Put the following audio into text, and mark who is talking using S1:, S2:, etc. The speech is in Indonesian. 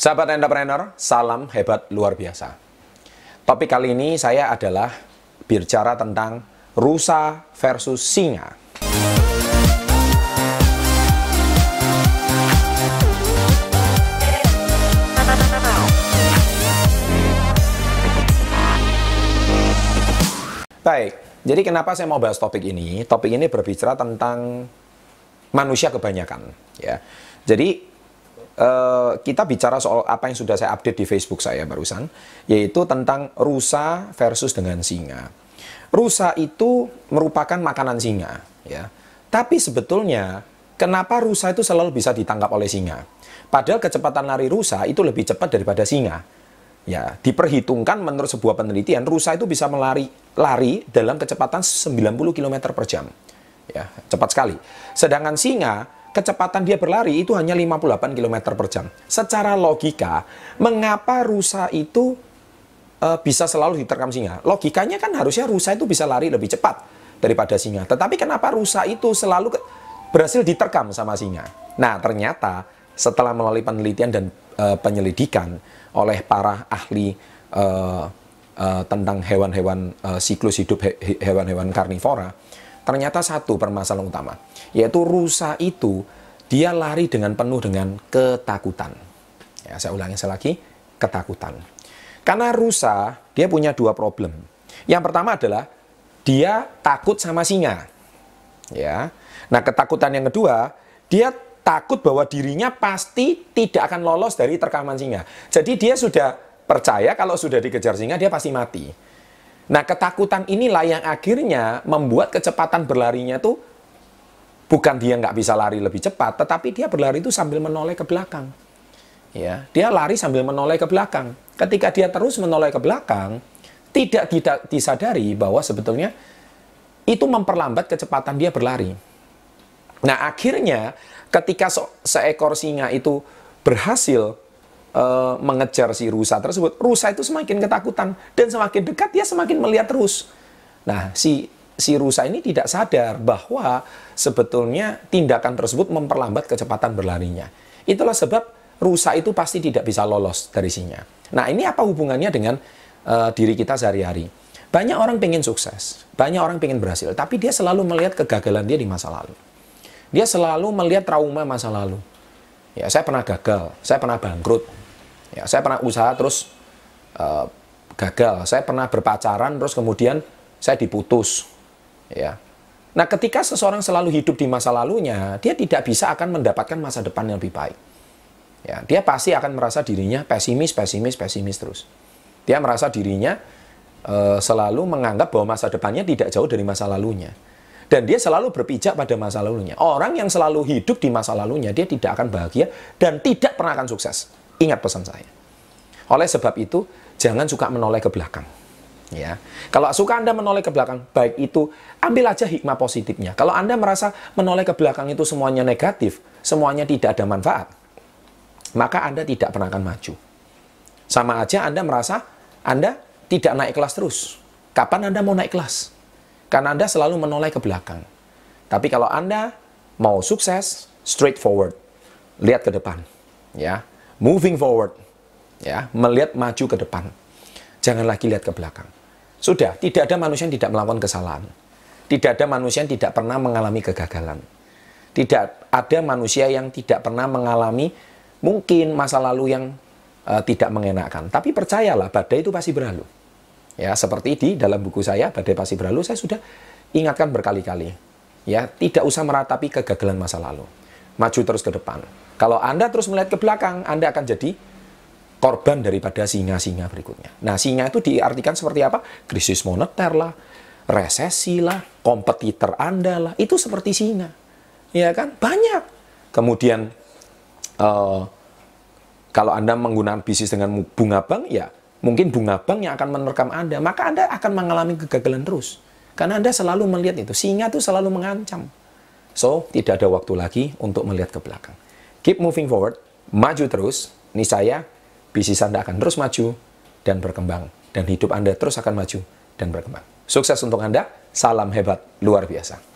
S1: Sahabat entrepreneur, salam hebat luar biasa. Topik kali ini saya adalah bicara tentang rusa versus singa. Baik, jadi kenapa saya mau bahas topik ini? Topik ini berbicara tentang manusia kebanyakan, ya. Jadi kita bicara soal apa yang sudah saya update di Facebook saya barusan, yaitu tentang rusa versus dengan singa. Rusa itu merupakan makanan singa, ya. Tapi sebetulnya kenapa rusa itu selalu bisa ditangkap oleh singa? Padahal kecepatan lari rusa itu lebih cepat daripada singa. Ya, diperhitungkan menurut sebuah penelitian, rusa itu bisa lari dalam kecepatan 90 km per jam. Ya, cepat sekali. Sedangkan singa, kecepatan dia berlari itu hanya 58 km per jam. Secara logika, mengapa rusa itu bisa selalu diterkam singa? Logikanya kan harusnya rusa itu bisa lari lebih cepat daripada singa. Tetapi kenapa rusa itu selalu berhasil diterkam sama singa? Nah, ternyata setelah melalui penelitian dan penyelidikan oleh para ahli tentang hewan-hewan siklus hidup hewan-hewan karnivora, ternyata satu permasalahan utama, yaitu rusa itu dia lari dengan penuh dengan ketakutan. Ya, saya ulangi lagi, ketakutan. Karena rusa dia punya dua problem. Yang pertama adalah dia takut sama singa. Ya. Nah, ketakutan yang kedua, dia takut bahwa dirinya pasti tidak akan lolos dari terkaman singa. Jadi dia sudah percaya kalau sudah dikejar singa dia pasti mati. Nah, ketakutan inilah yang akhirnya membuat kecepatan berlarinya tuh bukan dia nggak bisa lari lebih cepat, tetapi dia berlari itu sambil menoleh ke belakang. Ya, dia lari sambil menoleh ke belakang. Ketika dia terus menoleh ke belakang, tidak disadari bahwa sebetulnya itu memperlambat kecepatan dia berlari. Nah, akhirnya ketika seekor singa itu berhasil mengejar si rusa tersebut, rusa itu semakin ketakutan dan semakin dekat dia semakin melihat terus. Nah, si rusa ini tidak sadar bahwa sebetulnya tindakan tersebut memperlambat kecepatan berlarinya. Itulah sebab rusa itu pasti tidak bisa lolos dari singa. Nah, ini apa hubungannya dengan diri kita sehari-hari? Banyak orang pengen sukses, banyak orang pengen berhasil, tapi dia selalu melihat kegagalan dia di masa lalu. Dia selalu melihat trauma masa lalu. Ya, saya pernah gagal, saya pernah bangkrut. Ya, saya pernah usaha terus gagal. Saya pernah berpacaran terus kemudian saya diputus. Ya. Nah, ketika seseorang selalu hidup di masa lalunya, dia tidak bisa akan mendapatkan masa depan yang lebih baik. Ya, dia pasti akan merasa dirinya pesimis terus. Dia merasa dirinya selalu menganggap bahwa masa depannya tidak jauh dari masa lalunya. Dan dia selalu berpijak pada masa lalunya. Orang yang selalu hidup di masa lalunya, dia tidak akan bahagia dan tidak pernah akan sukses. Ingat pesan saya. Oleh sebab itu, jangan suka menoleh ke belakang. Ya. Kalau suka Anda menoleh ke belakang, baik itu, ambil aja hikmah positifnya. Kalau Anda merasa menoleh ke belakang itu semuanya negatif, semuanya tidak ada manfaat, maka Anda tidak pernah akan maju. Sama aja Anda merasa Anda tidak naik kelas terus. Kapan Anda mau naik kelas? Karena Anda selalu menoleh ke belakang. Tapi kalau Anda mau sukses, straightforward, lihat ke depan, ya, moving forward, ya, melihat maju ke depan. Jangan lagi lihat ke belakang. Sudah, tidak ada manusia yang tidak melakukan kesalahan. Tidak ada manusia yang tidak pernah mengalami kegagalan. Tidak ada manusia yang tidak pernah mengalami mungkin masa lalu yang tidak mengenakan. Tapi percayalah, badai itu pasti berlalu. Ya, seperti di dalam buku saya, Badai Pasti Berlalu, saya sudah ingatkan berkali-kali. Ya, tidak usah meratapi kegagalan masa lalu. Maju terus ke depan. Kalau Anda terus melihat ke belakang, Anda akan jadi korban daripada singa-singa berikutnya. Nah, singa itu diartikan seperti apa? Krisis moneter lah, resesi lah, kompetitor Anda lah. Itu seperti singa. Ya kan? Banyak. Kemudian, kalau Anda menggunakan bisnis dengan bunga bank, ya mungkin bunga bank yang akan menerkam Anda, maka Anda akan mengalami kegagalan terus. Karena Anda selalu melihat itu. Singa itu selalu mengancam. So, tidak ada waktu lagi untuk melihat ke belakang. Keep moving forward, maju terus. Niscaya, bisnis Anda akan terus maju dan berkembang. Dan hidup Anda terus akan maju dan berkembang. Sukses untuk Anda, salam hebat luar biasa.